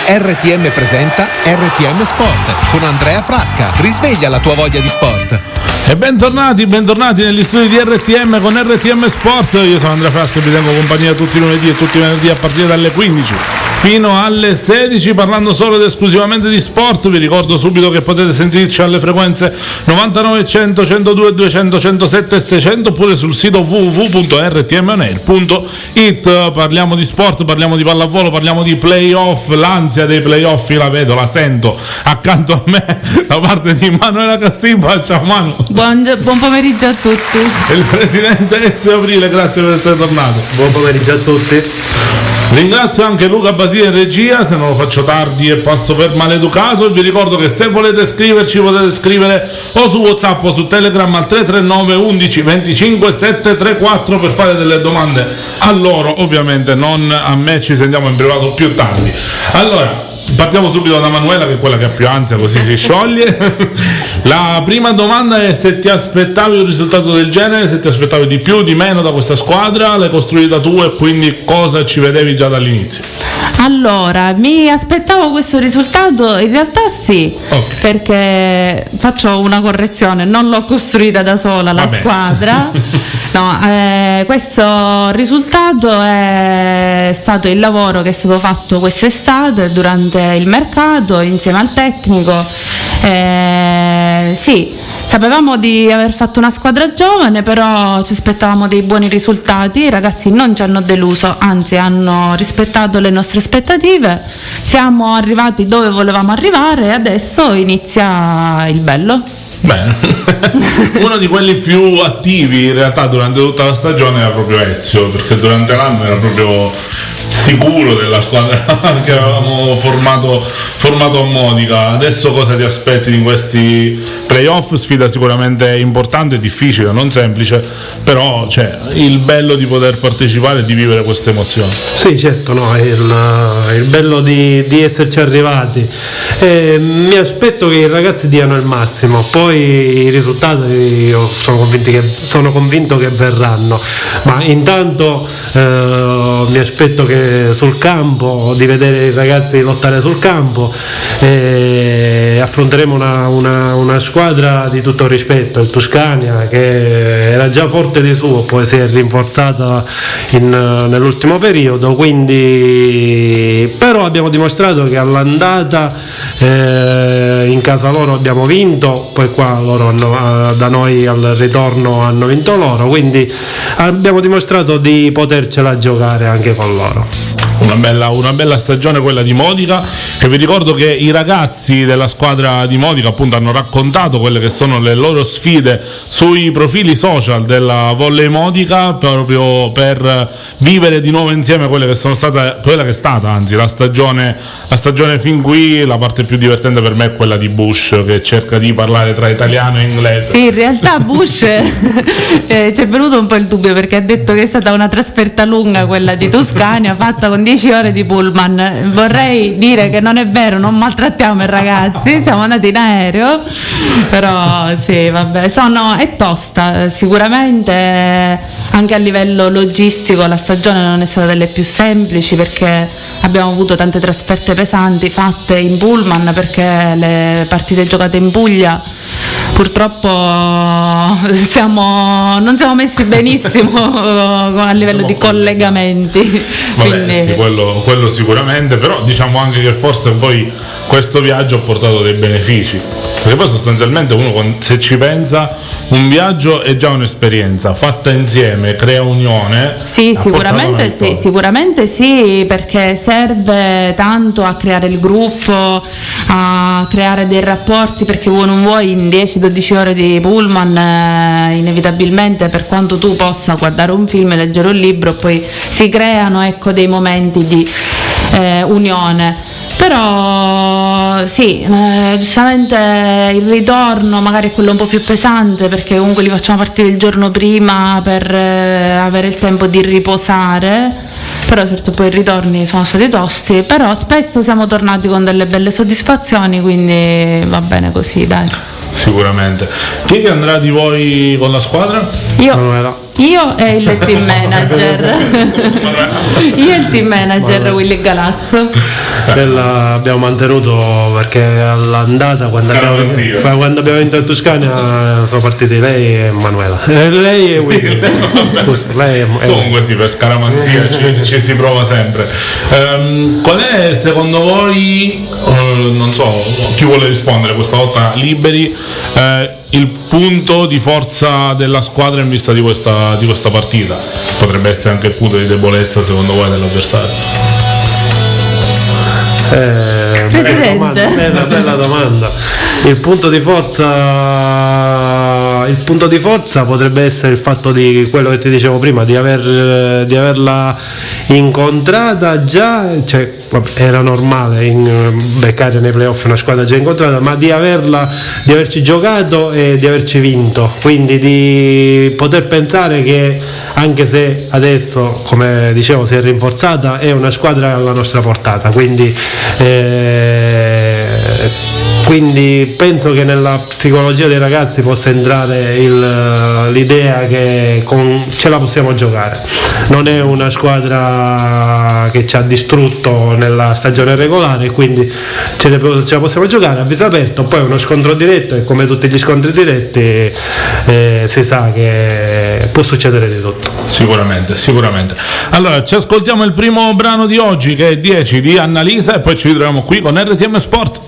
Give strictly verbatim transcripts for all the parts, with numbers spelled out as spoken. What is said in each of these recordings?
R T M presenta R T M Sport con Andrea Frasca. Risveglia la tua voglia di sport. E bentornati, bentornati negli studi di R T M con R T M Sport. Io sono Andrea Frasca e vi tengo compagnia tutti i lunedì e tutti i venerdì a partire dalle quindici fino alle sedici, parlando solo ed esclusivamente di sport. Vi ricordo subito che potete sentirci alle frequenze novantanove cento, centodue, duecento, centosette e seicento oppure sul sito w w w punto r t m on air punto i t. Parliamo di sport, parliamo di pallavolo, parliamo di playoff. L'ansia dei playoff la vedo, la sento accanto a me da parte di Manuela Castimba. Ciao Manu. Buon, buon pomeriggio a tutti. E il presidente Ezio Aprile, grazie per essere tornato. Buon pomeriggio a tutti. Ringrazio anche Luca Basile in regia, se non lo faccio tardi e passo per maleducato. Vi ricordo che se volete scriverci potete scrivere o su WhatsApp o su Telegram al tre tre nove undici venticinque settecentotrentaquattro per fare delle domande a loro, ovviamente non a me, ci sentiamo in privato più tardi. Allora, partiamo subito da Manuela, che è quella che ha più ansia, così si scioglie. La prima domanda è se ti aspettavi un risultato del genere, se ti aspettavi di più, di meno da questa squadra, l'hai costruita tu e quindi cosa ci vedevi già dall'inizio? Allora, mi aspettavo questo risultato, in realtà sì, okay. Perché faccio una correzione, non l'ho costruita da sola la Vabbè. squadra, no, eh, questo risultato è stato il lavoro che è stato fatto quest'estate durante il mercato insieme al tecnico. Eh, sì, sapevamo di aver fatto una squadra giovane, però ci aspettavamo dei buoni risultati. I ragazzi non ci hanno deluso, anzi hanno rispettato le nostre aspettative. Siamo arrivati dove volevamo arrivare e adesso inizia il bello. Bene, uno di quelli più attivi in realtà durante tutta la stagione era proprio Ezio, perché durante l'anno era proprio sicuro della squadra che avevamo formato, formato a Modica. Adesso cosa ti aspetti in questi playoff? Sfida sicuramente importante, difficile, non semplice, però c'è il bello di poter partecipare e di vivere queste emozioni. Sì, certo, no, è il, il bello di, di esserci arrivati. Eh, mi aspetto che i ragazzi diano il massimo, poi i risultati io sono, convinti che, sono convinto che verranno, ma intanto eh, mi aspetto che sul campo, di vedere i ragazzi lottare sul campo, e affronteremo una, una, una squadra di tutto rispetto, il Tuscania, che era già forte di suo, poi si è rinforzata in, nell'ultimo periodo, quindi però abbiamo dimostrato che all'andata eh, in casa loro abbiamo vinto, poi qua loro hanno, da noi al ritorno hanno vinto loro, quindi abbiamo dimostrato di potercela giocare anche con loro. Una bella, una bella stagione quella di Modica, che vi ricordo che i ragazzi della squadra di Modica appunto hanno raccontato quelle che sono le loro sfide sui profili social della Volley Modica, proprio per vivere di nuovo insieme quelle che sono state, quella che è stata anzi la stagione, la stagione fin qui. La parte più divertente per me è quella di Bush, che cerca di parlare tra italiano e inglese. Sì, in realtà Bush eh, ci è venuto un po' il dubbio, perché ha detto che è stata una trasferta lunga quella di Toscana, fatta con dieci ore di pullman. Vorrei dire che non è vero, non maltrattiamo i ragazzi, siamo andati in aereo, però sì, vabbè, sono, è tosta sicuramente, anche a livello logistico la stagione non è stata delle più semplici, perché abbiamo avuto tante trasferte pesanti fatte in pullman, perché le partite giocate in Puglia purtroppo siamo, non siamo messi benissimo a livello diciamo di collegamenti. Vabbè, quindi... sì, quello, quello sicuramente, però diciamo anche che forse poi questo viaggio ha portato dei benefici, perché poi sostanzialmente uno, se ci pensa, un viaggio è già un'esperienza fatta insieme, crea unione. Sì, sicuramente sì, sicuramente sì, perché serve tanto a creare il gruppo, a creare dei rapporti, perché vuoi non vuoi in dieci dodici ore di pullman eh, inevitabilmente, per quanto tu possa guardare un film, leggere un libro, poi si creano ecco dei momenti di eh, unione. Però sì, eh, giustamente il ritorno magari è quello un po' più pesante, perché comunque li facciamo partire il giorno prima per eh, avere il tempo di riposare, però certo poi i ritorni sono stati tosti, però spesso siamo tornati con delle belle soddisfazioni, quindi va bene così, dai. Sicuramente. Chi che andrà di voi con la squadra? Io. Manuela. Io e il team manager. Io e il team manager Vabbè. Willy Galazzo. Quella abbiamo mantenuto perché all'andata quando abbiamo, quando abbiamo vinto in Toscana sono partiti lei e Manuela. Eh, lei e Willy. Scusa, lei e, e Comunque sì, per scaramanzia ci, ci si prova sempre. Ehm, qual è secondo voi, eh, non so chi vuole rispondere questa volta, liberi, eh, il punto di forza della squadra in vista di questa, di questa partita? Potrebbe essere anche il punto di debolezza secondo voi dell'avversario? Eh, bella domanda, bella, bella domanda. Il punto di forza il punto di forza potrebbe essere il fatto di quello che ti dicevo prima, di, aver, di averla incontrata già, cioè era normale in, beccare nei playoff una squadra già incontrata, ma di averla di averci giocato e di averci vinto, quindi di poter pensare che anche se adesso, come dicevo, si è rinforzata, è una squadra alla nostra portata, quindi eh, quindi penso che nella psicologia dei ragazzi possa entrare il, l'idea che con, ce la possiamo giocare. Non è una squadra che ci ha distrutto nella stagione regolare, quindi ce, ne, ce la possiamo giocare a viso aperto. Poi uno scontro diretto, e come tutti gli scontri diretti eh, si sa che può succedere di tutto. Sicuramente, sicuramente. Allora ci ascoltiamo il primo brano di oggi, che è dieci di Annalisa, e poi ci ritroviamo qui con R T M Sport.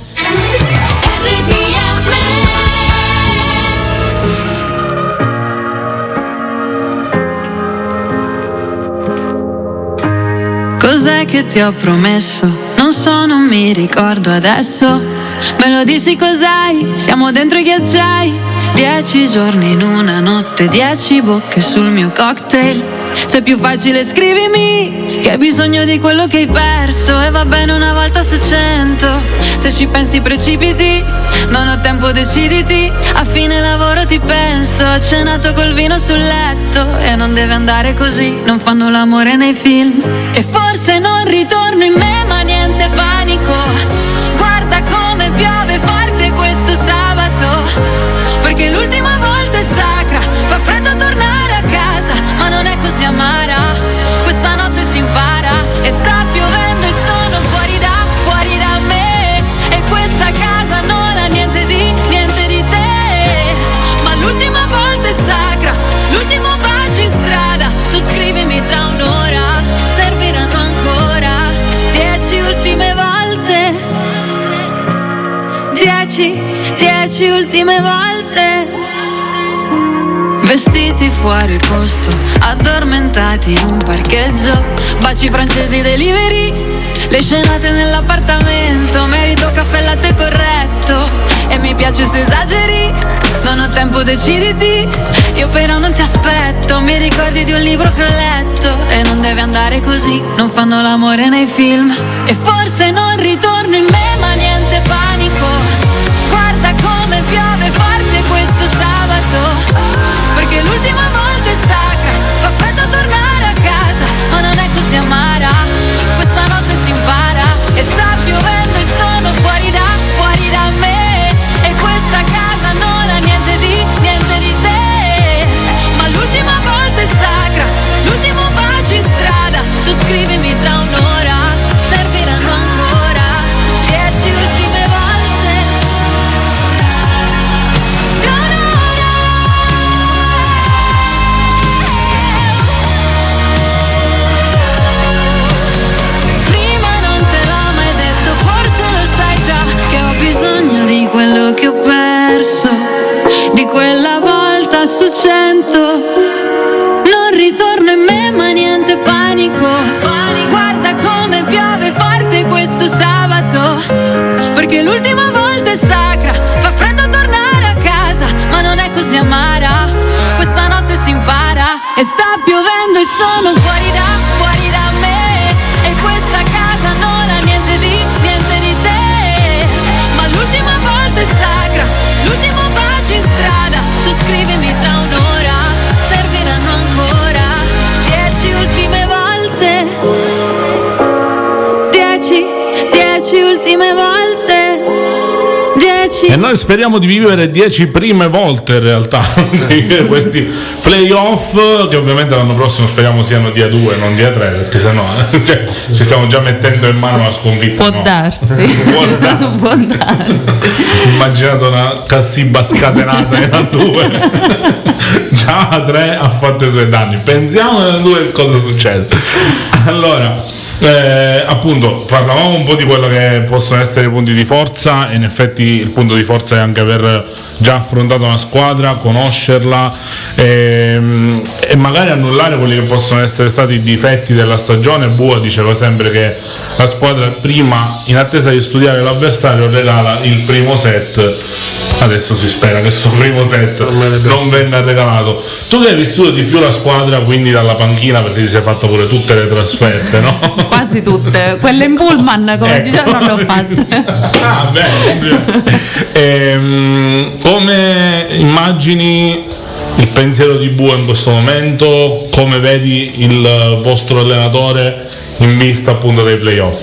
Cos'è che ti ho promesso? Non so, non mi ricordo adesso. Me lo dici cos'hai? Siamo dentro i ghiacciai. Dieci giorni in una notte, dieci bocche sul mio cocktail. Se è più facile scrivimi che hai bisogno di quello che hai perso, e va bene una volta su cento. Se ci pensi precipiti, non ho tempo, deciditi. A fine lavoro ti penso, ho cenato col vino sul letto. E non deve andare così, non fanno l'amore nei film. E forse non ritorno in me, ma niente panico. Guarda come piove forte questo sabato, perché l'ultima volta è sacra. Fa freddo tornare a casa, ma non è così amara. Questa notte si impara e sta piovendo e sono fuori da, fuori da me. E questa casa non ha niente di, niente di te. Ma l'ultima volta è sacra, l'ultimo bacio in strada. Tu scrivimi tra un'ora, serviranno ancora dieci ultime volte. Dieci, dieci ultime volte. Vestiti fuori posto, addormentati in un parcheggio. Baci francesi delivery, le scenate nell'appartamento. Merito caffè latte corretto, e mi piace se esageri. Non ho tempo, deciditi. Io però non ti aspetto. Mi ricordi di un libro che ho letto, e non deve andare così, non fanno l'amore nei film. E forse non ritorno in me, ma niente panico. Guarda come piove forte questo sabato, perché l'ultima volta è sacra. Fa freddo tornare a casa, ma non è così amara. Questa notte si impara e sta piovendo e sono fuori da, fuori da me. E questa casa non ha niente di, niente di te. Ma l'ultima volta è sacra, l'ultimo bacio in strada. Tu scrivimi tra un'ora, serviranno ancora dieci ultime volte. Di quello che ho perso, di quella volta su cento. Non ritorno in me, ma niente panico. Guarda come piove forte questo sabato, perché l'ultima volta è sacra. Fa freddo tornare a casa, ma non è così amara. Questa notte si impara e sta piovendo e sono fuori da, fuori da me. E questa casa non ha niente di, niente di te. L'ultima volta è sacra, l'ultimo bacio in strada. Tu scrivimi tra un'ora, serviranno ancora dieci ultime volte. Dieci, dieci ultime volte. Dieci dieci. E noi speriamo di vivere dieci prime volte in realtà di questi playoff, che ovviamente l'anno prossimo speriamo siano dia due, non dia tre, perché sennò cioè, ci stiamo già mettendo in mano la sconfitta. Può no? darsi. Può darsi. Può darsi. Immaginate una Cassiba scatenata in A due. Già a tre ha fatto i suoi danni. Pensiamo a due cosa succede. Allora, Eh, appunto parlavamo un po' di quello che possono essere i punti di forza, e in effetti il punto di forza è anche aver già affrontato una squadra, conoscerla e, e magari annullare quelli che possono essere stati i difetti della stagione. Bua diceva sempre che la squadra prima, in attesa di studiare l'avversario, regala il primo set. Adesso si spera che sul primo set non venga regalato. Tu che hai vissuto di più la squadra, quindi dalla panchina, perché ti sei fatto pure tutte le trasferte, no? Quasi tutte, quelle in pullman come ecco. diciamo non le ho fatte. Ah, bene. Ehm, come immagini il pensiero di Bua in questo momento? Come vedi il vostro allenatore in vista appunto dei playoff?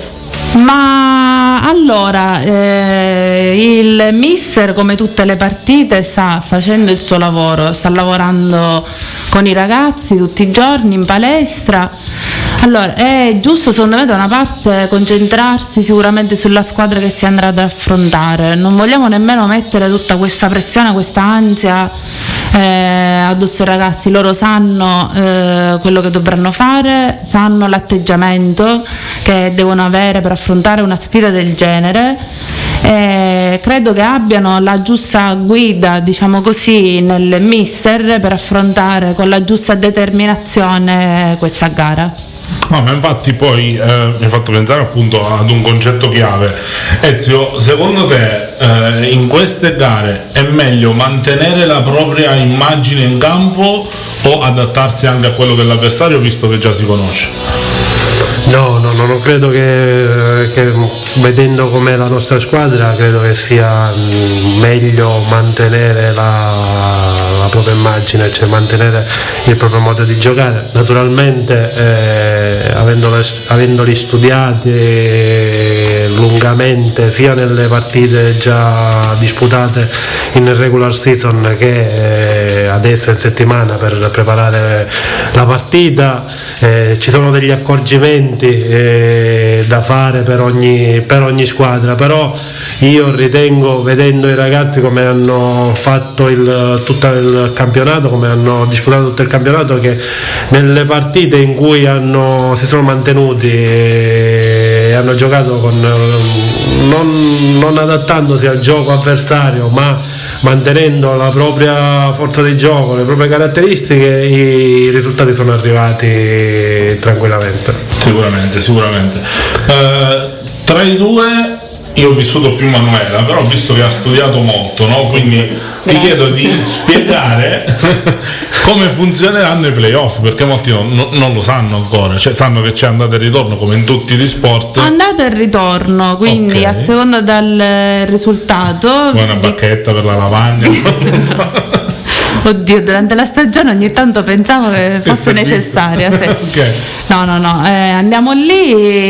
Ma allora eh, il mister, come tutte le partite, sta facendo il suo lavoro, sta lavorando con i ragazzi tutti i giorni in palestra. Allora è giusto secondo me da una parte concentrarsi sicuramente sulla squadra che si andrà ad affrontare, non vogliamo nemmeno mettere tutta questa pressione, questa ansia eh, addosso ai ragazzi. Loro sanno eh, quello che dovranno fare, sanno l'atteggiamento che devono avere per affrontare una sfida del genere. Eh, credo che abbiano la giusta guida, diciamo così, nel mister per affrontare con la giusta determinazione questa gara. No, ma infatti poi eh, mi ha fatto pensare appunto ad un concetto chiave. Ezio, secondo te eh, in queste gare è meglio mantenere la propria immagine in campo o adattarsi anche a quello dell'avversario, visto che già si conosce? No, no, no, non credo che, che vedendo com'è la nostra squadra, credo che sia meglio mantenere la, la propria immagine, cioè mantenere il proprio modo di giocare. Naturalmente eh, avendoli, avendoli studiati eh, lungamente sia nelle partite già disputate in regular season che eh, adesso in settimana per preparare la partita, eh, ci sono degli accorgimenti Eh, da fare per ogni, per ogni squadra, però io ritengo, vedendo i ragazzi come hanno fatto il, tutto il campionato, come hanno disputato tutto il campionato, che nelle partite in cui hanno, si sono mantenuti e hanno giocato con, non, non adattandosi al gioco avversario ma mantenendo la propria forza di gioco, le proprie caratteristiche, i risultati sono arrivati tranquillamente. Sicuramente, sicuramente. Eh, tra i due io ho vissuto più Manuela, però ho visto che ha studiato molto, no? Quindi ti chiedo di spiegare come funzioneranno i playoff, perché molti non, non lo sanno ancora, cioè sanno che c'è andata e ritorno come in tutti gli sport. Andata e ritorno, quindi okay. A seconda del risultato. Poi una bacchetta per la lavagna. Oddio, durante la stagione ogni tanto pensavo che fosse necessaria. Sì. Okay. No, no, no, eh, andiamo lì,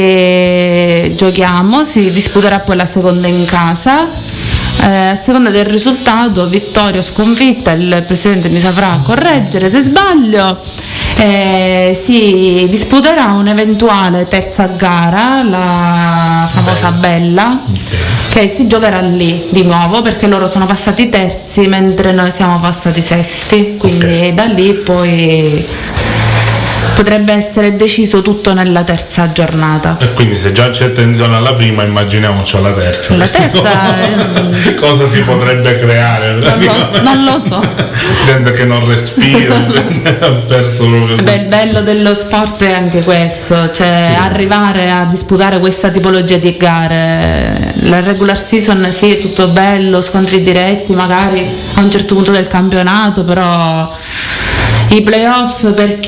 e giochiamo, si disputerà poi la seconda in casa. Eh, a seconda del risultato, vittoria o sconfitta, il presidente mi saprà correggere se sbaglio. Eh, si disputerà un'eventuale terza gara, la famosa Bella, okay. Che si giocherà lì di nuovo perché loro sono passati terzi mentre noi siamo passati sesti, quindi okay. Da lì poi potrebbe essere deciso tutto nella terza giornata. E quindi se già c'è tensione alla prima, immaginiamoci alla terza. La terza cosa si potrebbe creare? Non lo, non lo so. Gente che non respira, gente ha perso proprio. Beh, il bello dello sport è anche questo, cioè sì. Arrivare a disputare questa tipologia di gare. La regular season sì, è tutto bello, scontri diretti magari a un certo punto del campionato, però i playoff, per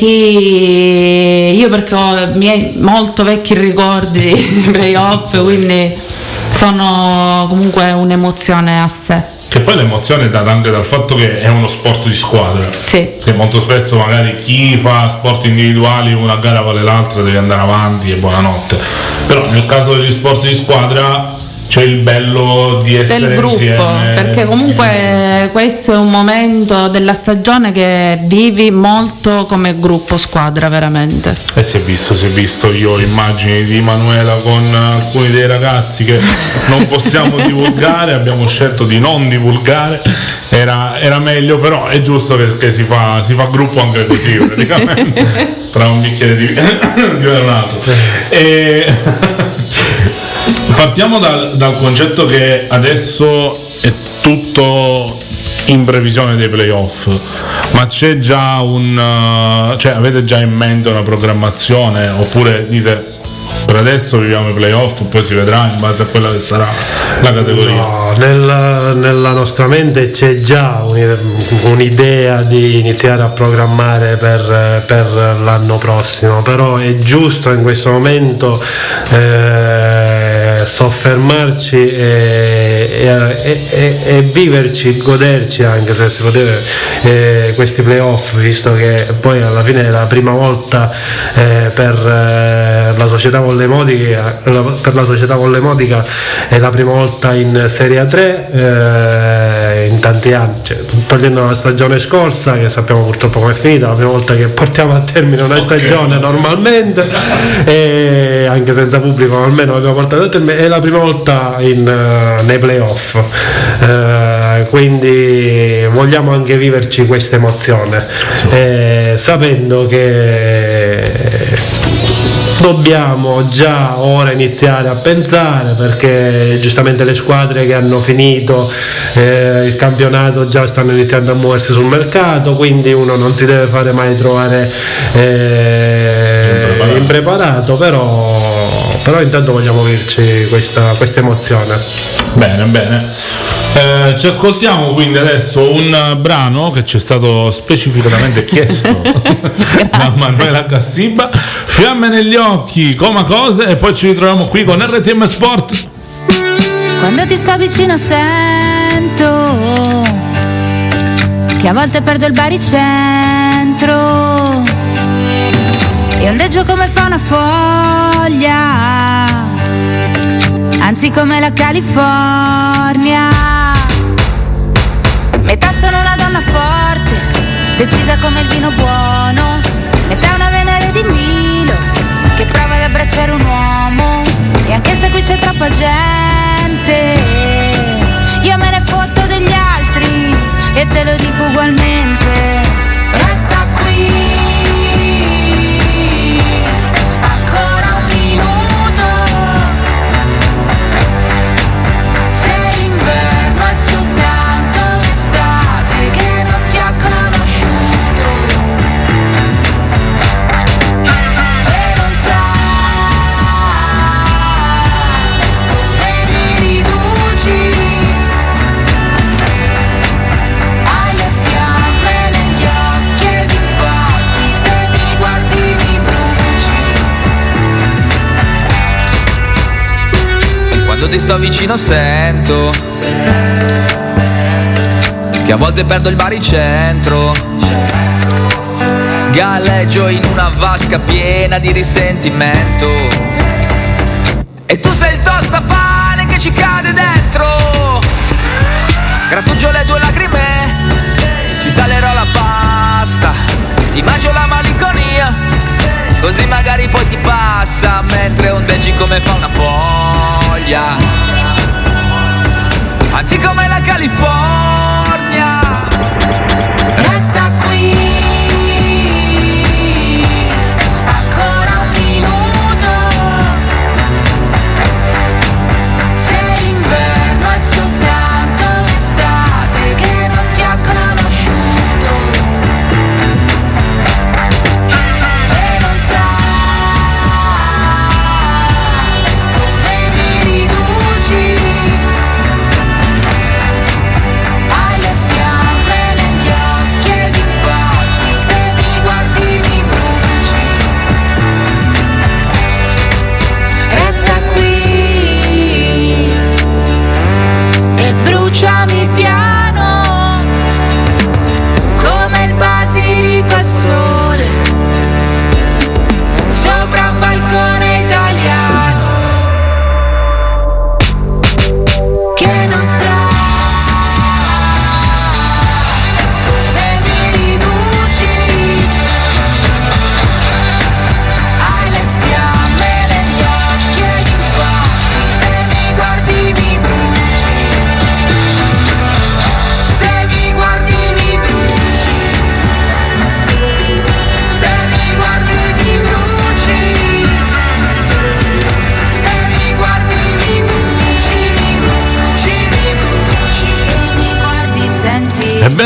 chi io perché ho miei molto vecchi ricordi di playoff, quindi sono comunque un'emozione a sé. Che poi l'emozione è data anche dal fatto che è uno sport di squadra. Sì. Che molto spesso magari chi fa sport individuali, una gara vale l'altra, devi andare avanti e buonanotte. Però nel caso degli sport di squadra c'è il bello di essere del gruppo, insieme, perché comunque questo è un momento della stagione che vivi molto come gruppo squadra, veramente. E si è visto, si è visto. Io ho immagini di Manuela con alcuni dei ragazzi che non possiamo divulgare, abbiamo scelto di non divulgare, era, era meglio, però è giusto che, che si, fa, si fa gruppo anche così praticamente tra un bicchiere di vino e un altro. E partiamo dal, dal concetto che adesso è tutto in previsione dei playoff, ma c'è già un, cioè avete già in mente una programmazione, oppure dite per adesso viviamo i playoff, poi si vedrà in base a quella che sarà la categoria? No, nella, nella nostra mente c'è già un'idea di iniziare a programmare per, per l'anno prossimo, però è giusto in questo momento eh, soffermarci e, e, e, e viverci, goderci anche se si poteva eh, questi playoff, visto che poi alla fine è la prima volta eh, per eh, la società Vollemotica, per la società Vollemotica è la prima volta in Serie A tre eh, in tanti anni, cioè, togliendo la stagione scorsa che sappiamo purtroppo come è finita, la prima volta che portiamo a termine una okay. stagione normalmente e anche senza pubblico almeno l'abbiamo portato a termine, è la prima volta in, uh, nei playoff uh, quindi vogliamo anche viverci questa emozione sì. eh, sapendo che dobbiamo già ora iniziare a pensare, perché giustamente le squadre che hanno finito eh, il campionato già stanno iniziando a muoversi sul mercato, quindi uno non si deve fare mai trovare eh, impreparato, impreparato però, però intanto vogliamo averci questa, questa emozione. Bene, bene. Eh, ci ascoltiamo quindi adesso un brano che ci è stato specificatamente chiesto da Manuela Cassiba, Fiamme negli occhi, Coma Cose, e poi ci ritroviamo qui con R T M Sport. Quando ti sto vicino sento che a volte perdo il baricentro e ondeggio come fa una foglia, anzi come la California. Metà sono una donna forte, decisa come il vino buono, metà una Venere di Milo che prova ad abbracciare un uomo. E anche se qui c'è troppa gente, io me ne fotto degli altri e te lo dico ugualmente. Resta qui ancora un minuto, se l'inverno è soltanto l'estate che non ti ha conosciuto e non sai come mi riduci, hai le fiamme negli occhi ed infatti se mi guardi mi bruci. Quando ti sto vicino sento che a volte perdo il baricentro, galleggio in una vasca piena di risentimento e tu sei il tostapane che ci cade dentro. Grattugio le tue lacrime, ci salerò la pasta, ti mangio la malinconia, così magari poi ti passa mentre ondeggi come fa una foglia, anzi come la California. Resta qui ancora un minuto, se l'inverno è soltanto l'estate che non ti ha conosciuto e non sai come mi riduci,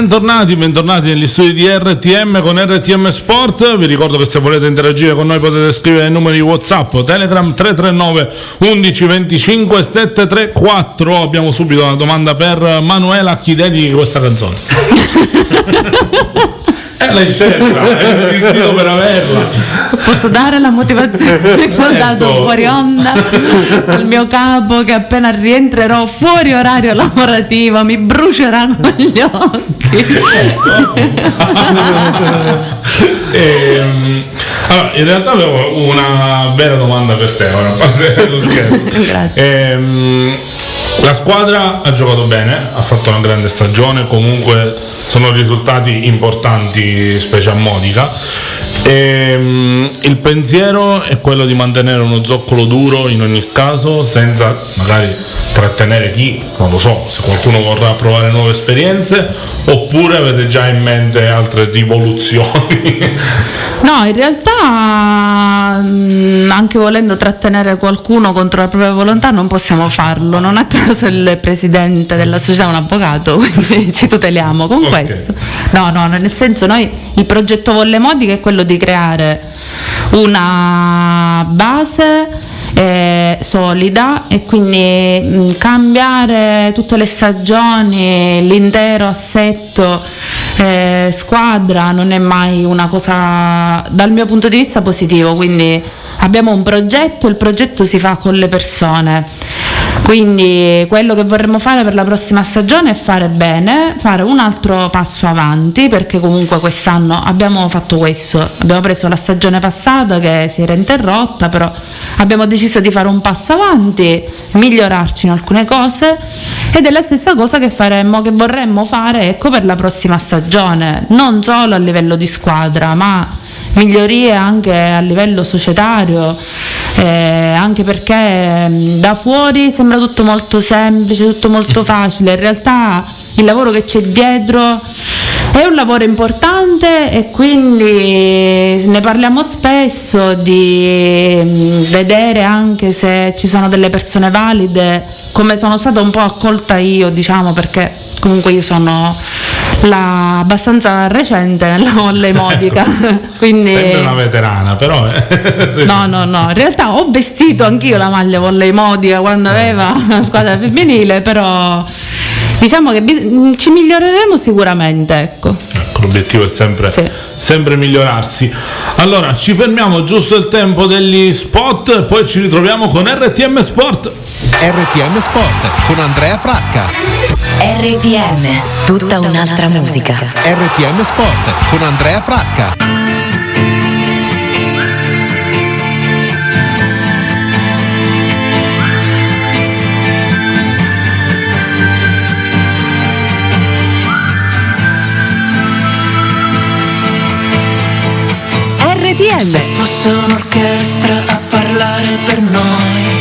Bentornati, bentornati negli studi di R T M con R T M Sport. Vi ricordo che se volete interagire con noi potete scrivere ai numeri WhatsApp o Telegram tre tre nove undici venticinque sette tre quattro. Abbiamo subito una domanda per Manuela: a chi dedichi questa canzone? Eh, l'hai scelta, hai insistito per averla. Posso dare la motivazione che ho dato fuori onda al mio capo, che appena rientrerò fuori orario lavorativo mi brucerà con gli occhi. ehm, allora, in realtà avevo una vera domanda per te, ora, a parte lo scherzo. Grazie. Ehm, La squadra ha giocato bene, ha fatto una grande stagione, comunque sono risultati importanti, specie a Modica. E, um, il pensiero è quello di mantenere uno zoccolo duro in ogni caso, senza magari trattenere chi, non lo so, se qualcuno vorrà provare nuove esperienze, oppure avete già in mente altre rivoluzioni? No, in realtà anche volendo trattenere qualcuno contro la propria volontà non possiamo farlo. Non a caso il presidente della società è un avvocato, quindi ci tuteliamo con okay. questo. No, no, nel senso, noi il progetto Volle Modica è quello di creare una base eh, solida e quindi mh, cambiare tutte le stagioni, l'intero assetto eh, squadra non è mai una cosa, dal mio punto di vista, positivo. Quindi abbiamo un progetto, il progetto si fa con le persone. Quindi quello che vorremmo fare per la prossima stagione è fare bene, fare un altro passo avanti, perché comunque quest'anno abbiamo fatto questo, abbiamo preso la stagione passata che si era interrotta, però abbiamo deciso di fare un passo avanti, migliorarci in alcune cose, ed è la stessa cosa che faremmo, che vorremmo fare, ecco, per la prossima stagione, non solo a livello di squadra, ma migliorie anche a livello societario. Eh, anche perché mh, da fuori sembra tutto molto semplice, tutto molto facile, in realtà il lavoro che c'è dietro è un lavoro importante, e quindi ne parliamo spesso di mh, vedere anche se ci sono delle persone valide, come sono stata un po' accolta io, diciamo, perché comunque io sono la abbastanza recente nella volley modica. Quindi sembra una veterana, però eh. no no no in realtà ho vestito anch'io la maglia volley modica quando aveva la squadra femminile, però diciamo che bi- ci miglioreremo sicuramente, ecco. Ecco, l'obiettivo è sempre, sì. sempre migliorarsi. Allora ci fermiamo giusto il tempo degli spot e poi ci ritroviamo con R T M Sport. R T M Sport con Andrea Frasca. R T M, tutta un'altra musica. R T M Sport con Andrea Frasca. R T M. Se fosse un'orchestra a parlare per noi,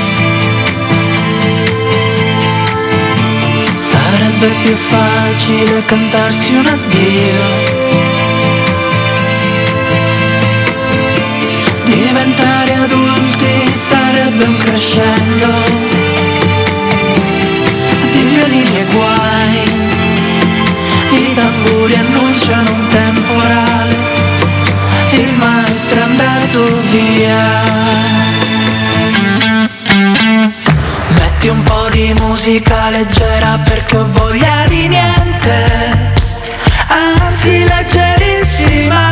sarebbe più facile cantarsi un addio. Diventare adulti sarebbe un crescendo di violini e guai. I tamburi annunciano un temporale, il maestro è andato via. Metti un po' di musica leggera perché ho voglia di niente, anzi leggerissima.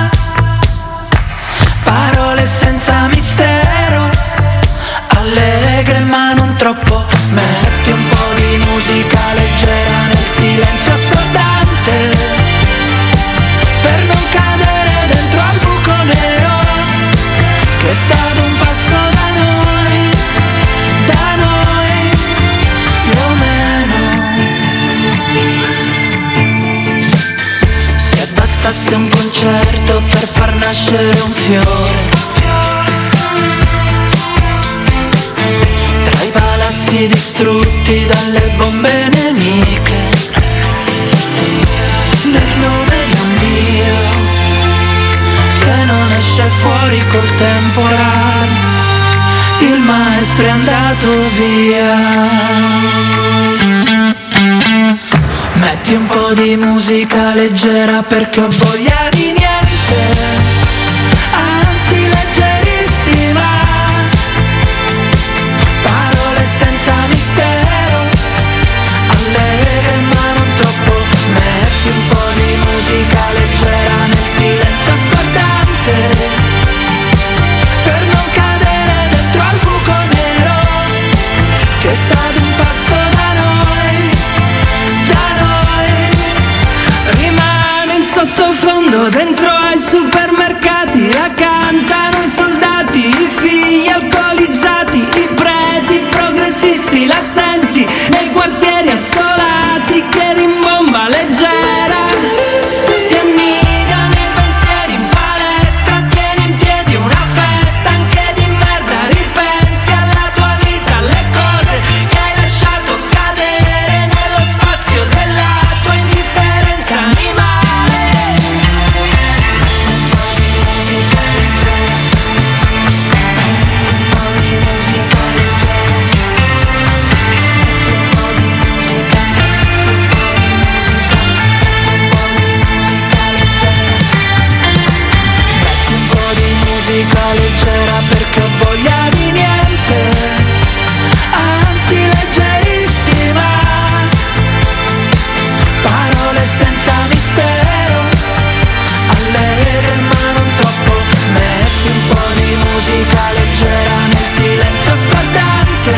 Parole senza mistero, allegre ma non troppo. Metti un po' di musica leggera nel silenzio assordante, per non cadere dentro al buco nero che è stato un passo da noi, da noi, più o meno. Se bastasse un concerto per far nascere un fiore, tra i palazzi distrutti dalle bombe nemiche, nel nome di un Dio che non esce fuori col temporale, il maestro è andato via. Metti Metti un po' di musica leggera perché ho voglia di niente, anzi leggerissima, parole senza mistero, allegre ma non troppo. Metti un po' di musica leggera nel silenzio assordante, per non cadere dentro al buco nero che sta ad un passo da noi, da noi. Rimane in sottofondo dentro ai supermercati, la cantano i soldati, i figli alcolizzati, i preti progressisti, la senti nei quartieri assolati che rimbomba leggera. Si annidano i pensieri in palestra, tieni in piedi una festa anche di merda, ripensi alla tua vita, alle cose che hai lasciato cadere nello spazio della tua indifferenza animale. Un po' di musica leggera, un po' di musica leggera, un po' di musica, un po' di musica, un po' di musica leggera. Metti un po' di musica leggera perché ho voglia di niente, anzi leggerissima, parole senza mistero, allegre ma non troppo. Metti un po' di musica leggera nel silenzio assordante,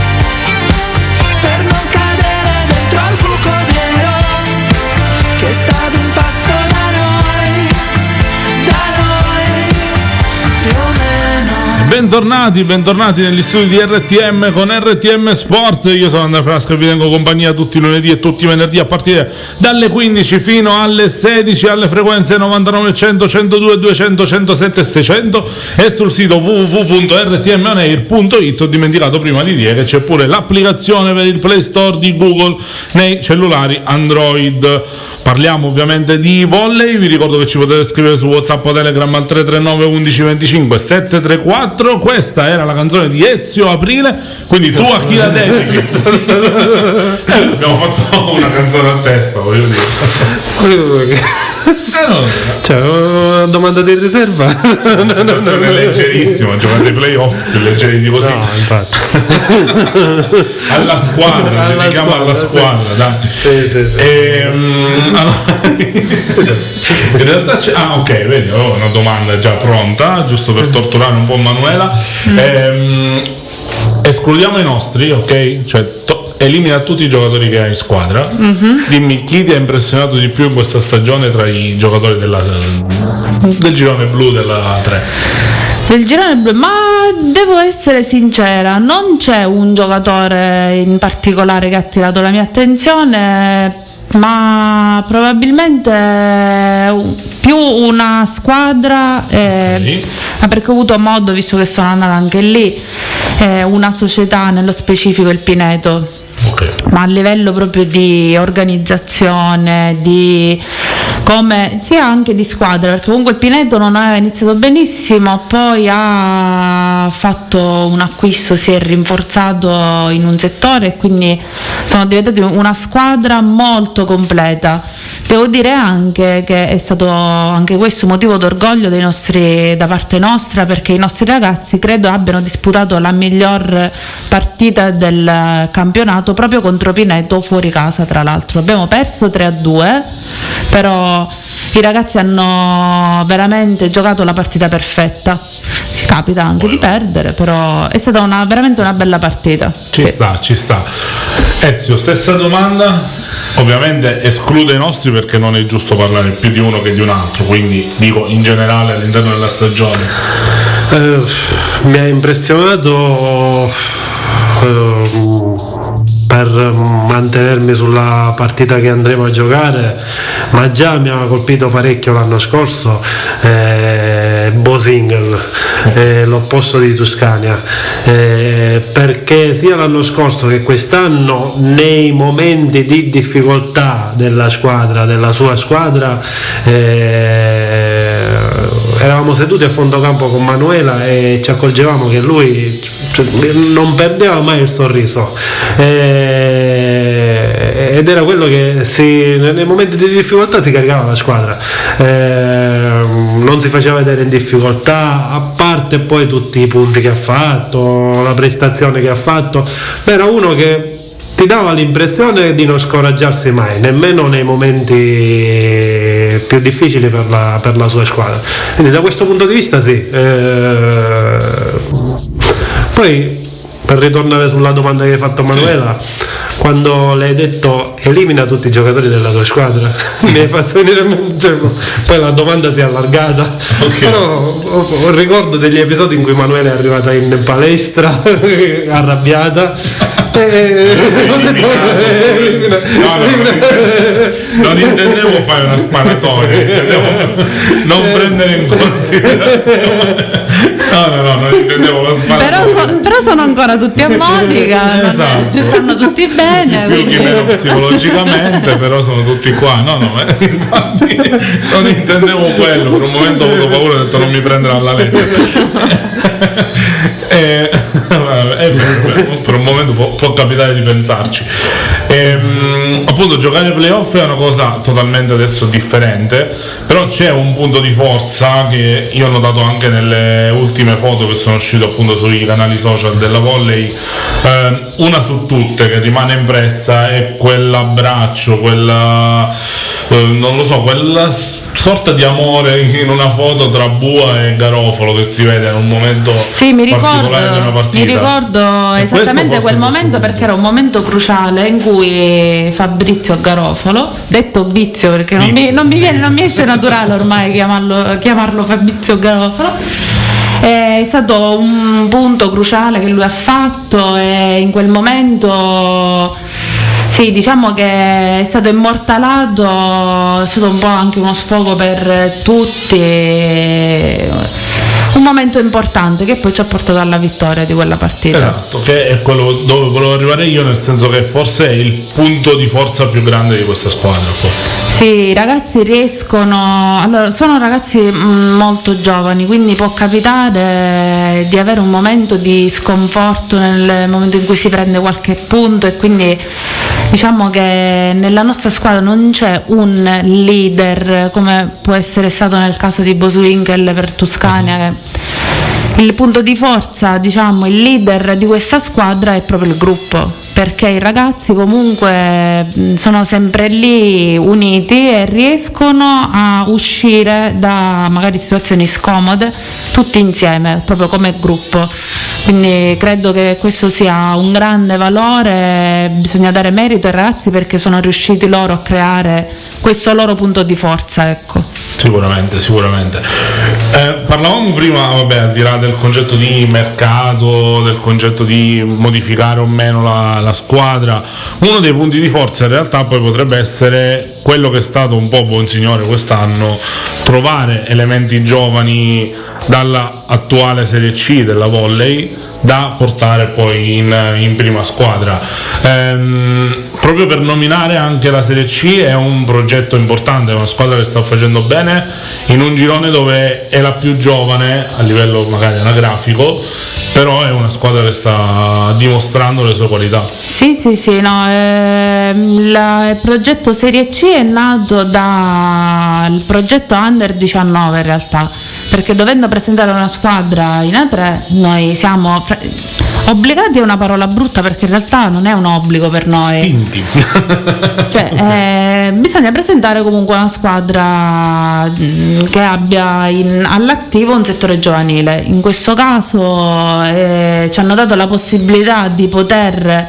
per non cadere dentro al buco nero che sta ad un passo da noi, da noi, più o meno. Bentornati, bentornati negli studi di R T M con R T M Sport. Io sono Andrea Frasca e vi tengo compagnia tutti i lunedì e tutti i venerdì a partire dalle quindici fino alle sedici alle frequenze novantanove cento, centodue, duecento, centosette e seicento e sul sito w w w punto r t m on air punto i t. Ho dimenticato prima di dire che c'è pure l'applicazione per il Play Store di Google nei cellulari Android. Parliamo ovviamente di volley, vi ricordo che ci potete scrivere su WhatsApp o Telegram al tre tre nove undici venticinque sette tre quattro. Questa era la canzone di Ezio Aprile, quindi tu a chi la dedichi? eh, abbiamo fatto una canzone a testa, voglio dire. Eh, no. Cioè, una domanda di riserva? Una situazione leggerissima, giocare dei playoff più leggeri di così. No, infatti. alla squadra, alla dedichiamo squadra, alla squadra, sì. dai. Sì, sì, sì. E, um, allora, in realtà c'è, ah ok, vedi, ho una domanda già pronta, giusto per torturare un po' Manuela. Mm. Ehm, escludiamo i nostri, ok? Cioè to- elimina tutti i giocatori che hai in squadra. Mm-hmm. Dimmi chi ti ha impressionato di più in questa stagione tra i giocatori della, del girone blu della tre. Del girone blu, ma devo essere sincera, non c'è un giocatore in particolare che ha attirato la mia attenzione, ma probabilmente più una squadra, eh, Okay. ma perché ho avuto modo, visto che sono andata anche lì, eh, una società, nello specifico il Pineto. Okay. Ma a livello proprio di organizzazione, di come sia anche di squadra, perché comunque il Pineto non aveva iniziato benissimo, poi ha fatto un acquisto, si è rinforzato in un settore e quindi sono diventati una squadra molto completa. Devo dire anche che è stato anche questo motivo d'orgoglio dei nostri, da parte nostra, perché i nostri ragazzi credo abbiano disputato la miglior partita del campionato proprio contro Pineto fuori casa, tra l'altro abbiamo perso tre a due, però i ragazzi hanno veramente giocato la partita perfetta. Ci capita anche di perdere, però è stata una, veramente una bella partita. Ci sì. sta, ci sta. Ezio, stessa domanda. Ovviamente esclude i nostri perché non è giusto parlare più di uno che di un altro, quindi dico in generale all'interno della stagione. Eh, mi ha impressionato eh, per mantenermi sulla partita che andremo a giocare, ma già mi aveva colpito parecchio l'anno scorso eh, Bosingel, eh, l'opposto di Tuscania, eh, perché sia l'anno scorso che quest'anno nei momenti di difficoltà della squadra, della sua squadra, eh, eravamo seduti a fondo campo con Manuela e ci accorgevamo che lui cioè, non perdeva mai il sorriso, e, ed era quello che si, nei momenti di difficoltà si caricava la squadra, e, non si faceva vedere in difficoltà, a parte poi tutti i punti che ha fatto, la prestazione che ha fatto. Era uno che ti dava l'impressione di non scoraggiarsi mai, nemmeno nei momenti più difficili per la, per la sua squadra. Quindi da questo punto di vista sì. Eh, poi per ritornare sulla domanda che hai fatto Manuela, sì. Quando le hai detto elimina tutti i giocatori della tua squadra, mi hai fatto venire, cioè, poi la domanda si è allargata, okay. Però ho, ho ricordo degli episodi in cui Manuela è arrivata in palestra arrabbiata e... no, no, no, non intendevo fare una sparatoria, intendevo non prendere in considerazione, no no no non intendevo una sparatoria, però, so, però sono ancora tutti a Monica, esatto. Stanno tutti bene, più che meno psicologicamente, però sono tutti qua, no no infatti non intendevo quello, per un momento ho avuto paura, ho detto non mi prendere alla lettera. e, eh, per un momento può, può capitare di pensarci. E, appunto giocare ai playoff è una cosa totalmente adesso differente, però c'è un punto di forza che io ho notato anche nelle ultime foto che sono uscite appunto sui canali social della volley, eh, una su tutte che rimane impressa è quell'abbraccio, quella eh, non lo so, quella sorta di amore in una foto tra Bua e Garofalo che si vede in un momento sì, mi particolare ricordo, di una partita. Mi ricordo esattamente quel momento perché era un momento cruciale in cui Fabrizio Garofalo, detto Vizio perché non mi, non mi viene, non mi esce naturale ormai chiamarlo, chiamarlo Fabrizio Garofalo, è stato un punto cruciale che lui ha fatto e in quel momento sì, diciamo che è stato immortalato, è stato un po' anche uno sfogo per tutti, un momento importante che poi ci ha portato alla vittoria di quella partita. Esatto, che è quello dove volevo arrivare io, nel senso che forse è il punto di forza più grande di questa squadra. Sì, i ragazzi riescono, allora sono ragazzi molto giovani, quindi può capitare di avere un momento di sconforto nel momento in cui si prende qualche punto e quindi diciamo che nella nostra squadra non c'è un leader come può essere stato nel caso di Boswinkel per Tuscania. Il punto di forza, diciamo, il leader di questa squadra è proprio il gruppo, perché i ragazzi comunque sono sempre lì uniti e riescono a uscire da magari situazioni scomode tutti insieme, proprio come gruppo. Quindi credo che questo sia un grande valore, bisogna dare merito ai ragazzi perché sono riusciti loro a creare questo loro punto di forza, ecco. Sicuramente, sicuramente. Eh, parlavamo prima, vabbè, al di là del concetto di mercato, del concetto di modificare o meno la, la squadra, uno dei punti di forza in realtà poi potrebbe essere quello che è stato un po' Bonsignore quest'anno, trovare elementi giovani dalla attuale Serie C della volley da portare poi in, in prima squadra. Ehm, proprio per nominare anche la Serie C è un progetto importante, è una squadra che sta facendo bene in un girone dove è la più giovane a livello magari anagrafico, però è una squadra che sta dimostrando le sue qualità. Sì, sì, sì, no, eh, la, il progetto Serie C è nato dal progetto Under diciannove in realtà, perché dovendo presentare una squadra in A tre noi siamo pre- obbligati, è una parola brutta perché in realtà non è un obbligo per noi. Spinti. Cioè, eh, bisogna presentare comunque una squadra che abbia in, all'attivo un settore giovanile. In questo caso eh, ci hanno dato la possibilità di poter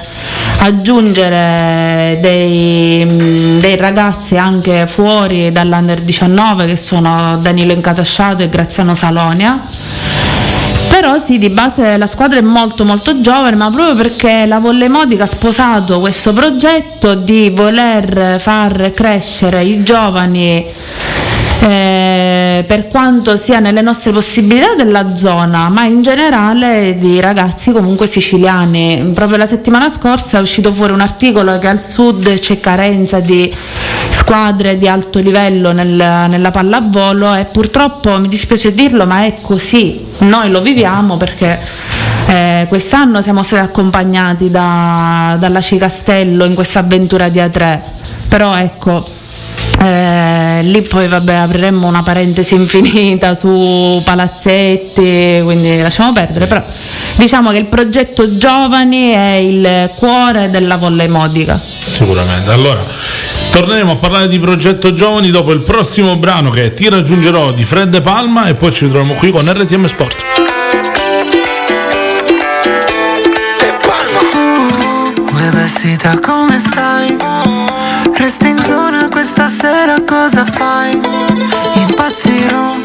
aggiungere dei, dei ragazzi anche fuori dall'Under diciannove che sono Danilo Incatasciato e Graziano Salonia. Però sì, di base la squadra è molto molto giovane, ma proprio perché la Volley Modica ha sposato questo progetto di voler far crescere i giovani eh, per quanto sia nelle nostre possibilità della zona, ma in generale di ragazzi comunque siciliani. Proprio la settimana scorsa è uscito fuori un articolo che al sud c'è carenza di squadre di alto livello nel, nella pallavolo, e purtroppo mi dispiace dirlo, ma è così, noi lo viviamo perché eh, quest'anno siamo stati accompagnati da, dalla C Castello in questa avventura di A tre, però ecco, Eh, lì poi vabbè apriremmo una parentesi infinita su palazzetti, quindi lasciamo perdere, però diciamo che il progetto giovani è il cuore della volley modica. Sicuramente. Allora torneremo a parlare di progetto giovani dopo il prossimo brano, che è Ti raggiungerò di Fred Palma, e poi ci troviamo qui con R T M Sport. Uè vestita, come stai? Resti in zona questa sera, cosa fai? Impazzirò,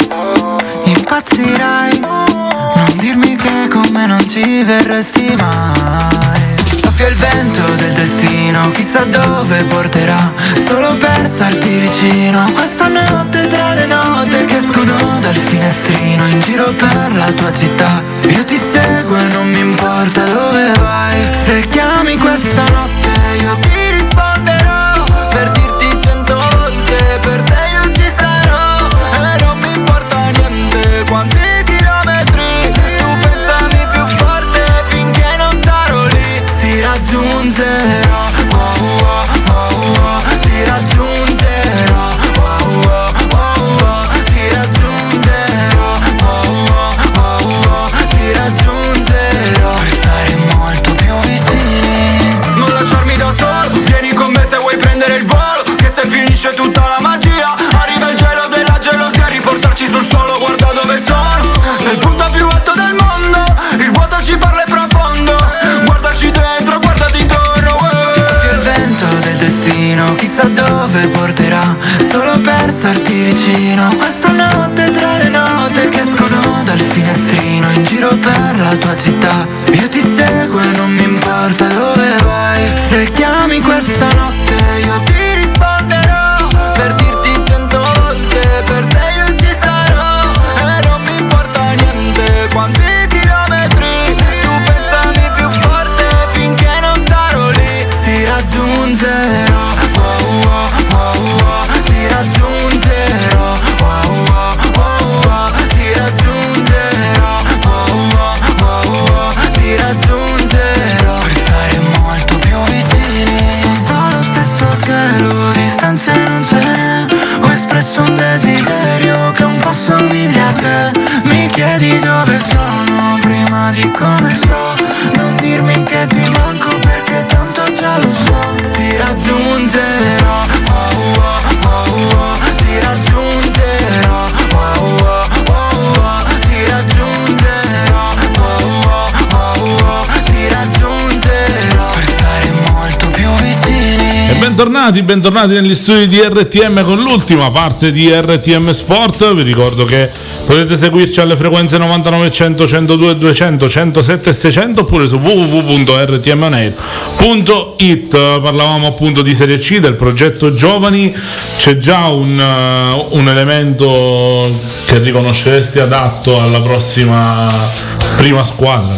impazzirai. Non dirmi che con me non ci verresti mai. Soffia il vento del destino, chissà dove porterà, solo per starti vicino. Questa notte tra le note che escono dal finestrino, in giro per la tua città, io ti seguo e non mi importa dove vai. Se chiami questa notte io ti risponderò, per dirti cento volte per te io ci sarò. E non mi importa niente quanti chilometri, tu pensami più forte finché non sarò lì. Ti raggiungerò, oh oh oh oh, ti raggiungerò, oh oh oh oh, ti raggiungerò, oh oh oh oh, ti raggiungerò, per stare molto più vicini. Non lasciarmi da solo, vieni con me se vuoi prendere il volo, che se finisce tutta la magia arriva il gelo della gelosia, riportarci sul suolo, guarda dove sono, nel punto più alto del mondo, il vuoto ci parla e profondo, guardaci dentro, guardati intorno. Soffia il vento del destino, chissà dove porterà, solo per starti vicino. Questa notte tra le note che escono dal finestrino, in giro per la tua città, io ti seguo e non mi importa dove vai. Se chiami questa notte io ti risponderò, per dirti cento volte per te io ci sarò. E non mi importa niente quanti chilometri, tu pensami più forte finché non sarò lì. Ti raggiungerò, oh oh oh oh, ti raggiungerò, oh oh oh oh, ti raggiungerò, oh oh oh oh, ti raggiungerò, per stare molto più vicini. Sotto lo stesso cielo distanze non ce n'è, ho espresso un desiderio che un po' somiglia a te. Mi chiedi dove sono prima di come sto, non dirmi che ti manco perché tanto già lo so. Ti raggiungerò, oh oh oh oh, ti raggiungerò, oh oh oh oh, ti raggiungerò, oh oh oh oh, ti raggiungerò, per stare molto più vicini. E bentornati, bentornati negli studi di R T M con l'ultima parte di R T M Sport. Vi ricordo che potete seguirci alle frequenze novantanove, cento, centodue, duecento, centosette e seicento, oppure su w w w punto r t m on air punto i t. Parlavamo appunto di Serie C, del progetto giovani. C'è già un, uh, un elemento che riconosceresti adatto alla prossima prima squadra?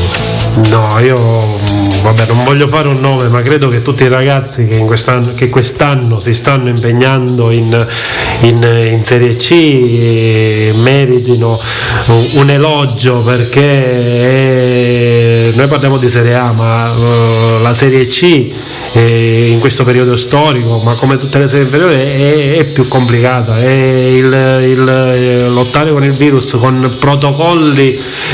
No, io vabbè, non voglio fare un nome, ma credo che tutti i ragazzi che, in quest'anno, che quest'anno si stanno impegnando in, in, in Serie C eh, meritino un, un elogio, perché eh, noi parliamo di Serie A, ma uh, la Serie C eh, in questo periodo storico, ma come tutte le serie inferiori, è, è più complicata. È il, il, lottare con il virus con protocolli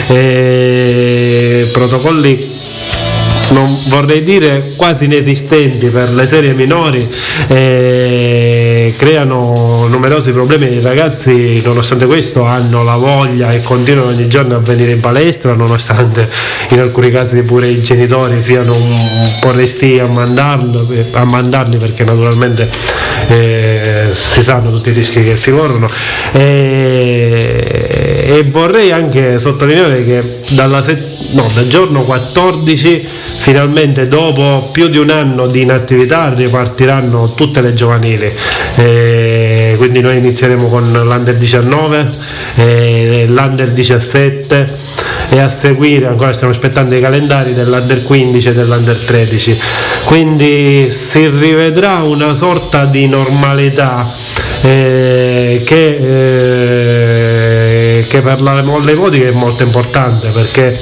eh, protocolli non vorrei dire quasi inesistenti per le serie minori, eh, creano numerosi problemi. I ragazzi nonostante questo hanno la voglia e continuano ogni giorno a venire in palestra, nonostante in alcuni casi pure i genitori siano un po' restii a mandarlo, a mandarli, perché naturalmente eh, si sanno tutti i rischi che si corrono. E, e vorrei anche sottolineare che dalla set- no, dal giorno quattordici finalmente, dopo più di un anno di inattività, ripartiranno tutte le giovanili. Eh, quindi noi inizieremo con l'Under diciannove, eh, l'Under diciassette, e a seguire, ancora stiamo aspettando i calendari dell'Under quindici e dell'Under tredici, quindi si rivedrà una sorta di normalità eh, che, eh, che per la Levotica è molto importante, perché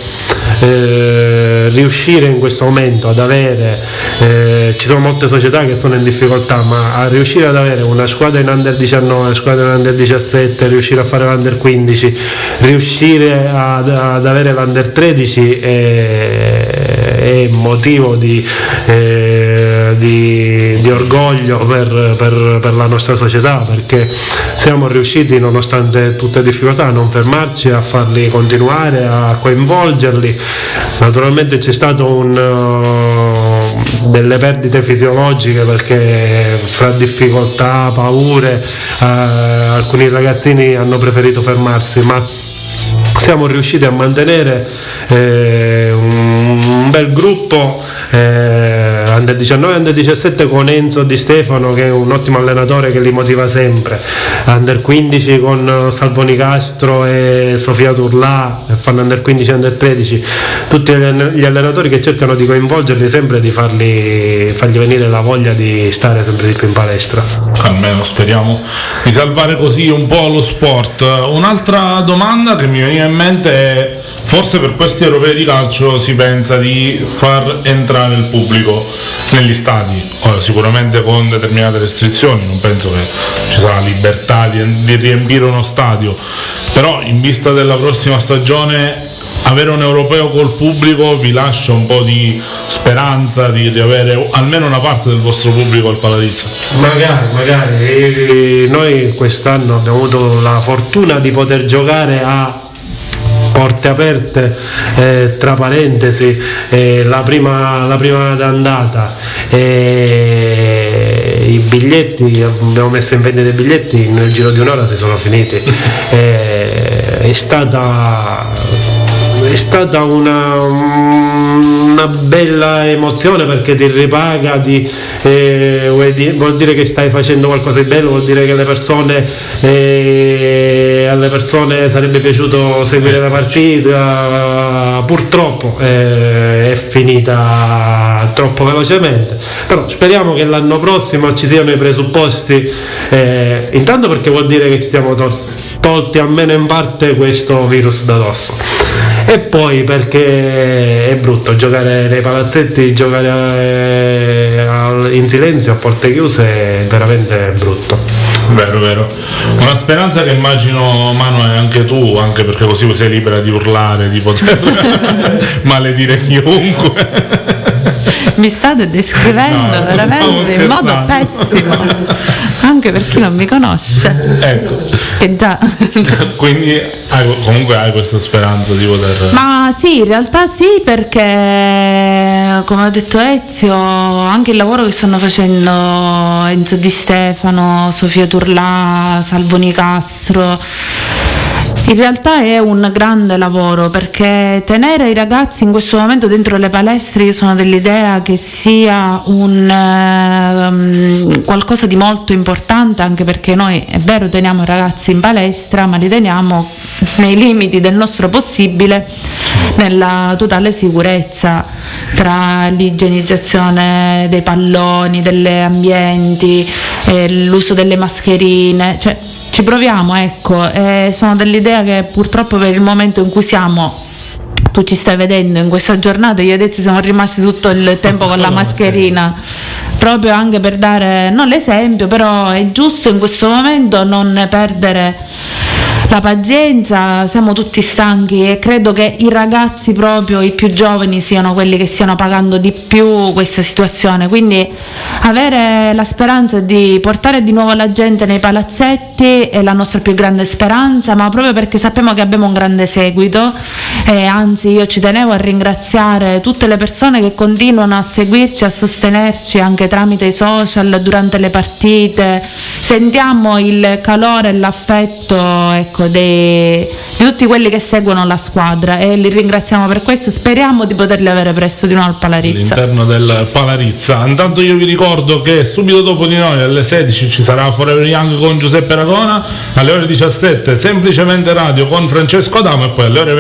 eh, riuscire in questo momento ad avere eh, ci sono molte società che sono in difficoltà, ma a riuscire ad avere una squadra in under diciannove, squadra in under diciassette, riuscire a fare l'under quindici, riuscire ad, ad avere l'under tredici è, è motivo di, eh, di, di orgoglio per, per, per la nostra società, perché siamo riusciti, nonostante tutte le difficoltà, a non fermarci, a farli continuare, a coinvolgerli. Naturalmente c'è stato un, uh, delle perdite fisiologiche, perché fra difficoltà, paure, uh, alcuni ragazzini hanno preferito fermarsi, ma siamo riusciti a mantenere eh, un, un bel gruppo eh, under diciannove e under diciassette con Enzo Di Stefano, che è un ottimo allenatore che li motiva sempre, under quindici con Salvo Nicastro e Sofia Turlà, fanno under quindici e under tredici, tutti gli allenatori che cercano di coinvolgerli sempre, di farli, fargli venire la voglia di stare sempre di più in palestra. Almeno speriamo di salvare così un po' lo sport. Un'altra domanda che mi veniva in mente è: forse per questi europei di calcio si pensa di far entrare il pubblico negli stadi, ora sicuramente con determinate restrizioni, non penso che ci sarà libertà di, di riempire uno stadio, però in vista della prossima stagione avere un europeo col pubblico vi lascia un po' di speranza di riavere almeno una parte del vostro pubblico al Palarizza? Magari, magari. Noi quest'anno abbiamo avuto la fortuna di poter giocare a porte aperte, eh, tra parentesi, eh, la prima la prima d'andata, eh, i biglietti, abbiamo messo in vendita i biglietti, nel giro di un'ora si sono finiti. Eh, è stata è stata una, una bella emozione, perché ti ripaga, ti, eh, vuol dire che stai facendo qualcosa di bello, vuol dire che le persone eh, alle persone sarebbe piaciuto seguire la partita. Purtroppo eh, è finita troppo velocemente, però speriamo che l'anno prossimo ci siano i presupposti, eh, intanto perché vuol dire che ci siamo tol- tolti almeno in parte questo virus da dosso, e poi perché è brutto giocare nei palazzetti, giocare in silenzio a porte chiuse è veramente brutto. Vero, vero. Una speranza che immagino, Manu, è anche tu, anche perché così sei libera di urlare, di poter maledire chiunque. Mi state descrivendo no, veramente in modo pessimo, anche per chi non mi conosce. Ecco. Che già. Quindi hai, comunque hai questa speranza di poter. Ma sì, in realtà sì, perché come ha detto Ezio, anche il lavoro che stanno facendo Enzo Di Stefano, Sofia Turlà, Salvo Nicastro, in realtà è un grande lavoro, perché tenere i ragazzi in questo momento dentro le palestre, io sono dell'idea che sia un um, qualcosa di molto importante, anche perché noi è vero teniamo i ragazzi in palestra, ma li teniamo nei limiti del nostro possibile, nella totale sicurezza, tra l'igienizzazione dei palloni, degli ambienti, eh, l'uso delle mascherine, cioè ci proviamo, ecco, e sono dell'idea che purtroppo per il momento in cui siamo, tu ci stai vedendo in questa giornata, io e Ezio siamo rimasti tutto il tempo con la mascherina, proprio anche per dare non l'esempio, però è giusto in questo momento non perdere la pazienza, siamo tutti stanchi e credo che i ragazzi, proprio i più giovani, siano quelli che stiano pagando di più questa situazione, quindi avere la speranza di portare di nuovo la gente nei palazzetti è la nostra più grande speranza, ma proprio perché sappiamo che abbiamo un grande seguito, e anzi io ci tenevo a ringraziare tutte le persone che continuano a seguirci, a sostenerci anche tramite i social durante le partite, sentiamo il calore e l'affetto, ecco, dei, di tutti quelli che seguono la squadra, e li ringraziamo per questo. Speriamo di poterli avere presto di nuovo al Palarizza, all'interno del Palarizza. Intanto io vi ricordo che subito dopo di noi alle sedici ci sarà Forever Young con Giuseppe Aragona, alle ore diciassette Semplicemente Radio con Francesco Adamo, e poi alle ore venti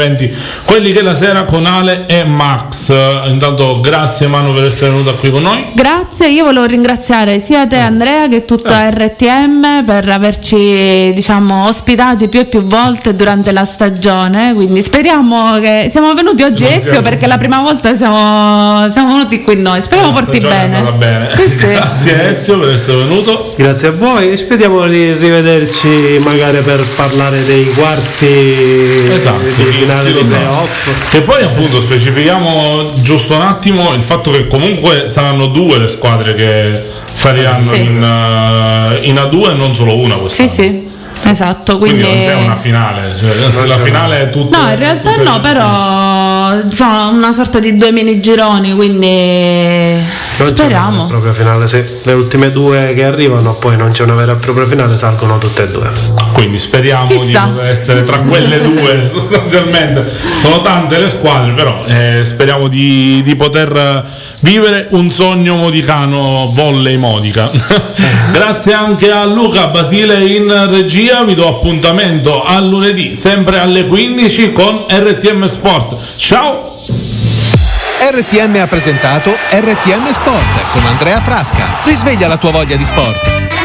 quelli che la sera con Ale e Max. Intanto grazie Manu per essere venuta qui con noi. Grazie, io volevo ringraziare sia te Andrea che tutta R T M per averci, diciamo, ospitati più e più volte durante la stagione, quindi speriamo che siamo venuti oggi Ezio perché la prima volta siamo, siamo venuti qui noi, speriamo la porti bene. Va bene. Sì, sì. Grazie Ezio per essere venuto. Grazie a voi e speriamo di rivederci magari per parlare dei quarti esatto, di finale di playoff. Che poi appunto specifichiamo giusto un attimo il fatto che comunque saranno due le squadre che saliranno sì. in, uh, in A due e non solo una quest'anno. Sì, sì. Esatto, quindi... quindi non c'è una finale, cioè, la finale è tutta. No, in realtà no, però sono una sorta di due mini gironi, quindi non speriamo. C'è una propria finale, sì. Le ultime due che arrivano, poi non c'è una vera e propria finale, salgono tutte e due. Quindi speriamo Chissà. di poter essere tra quelle due, sostanzialmente. Sono tante le squadre, però eh, speriamo di, di poter vivere un sogno modicano, volley modica. Grazie anche a Luca Basile in regia. Vi do appuntamento a lunedì sempre alle quindici con R T M Sport. Ciao! R T M ha presentato R T M Sport con Andrea Frasca. Risveglia la tua voglia di sport.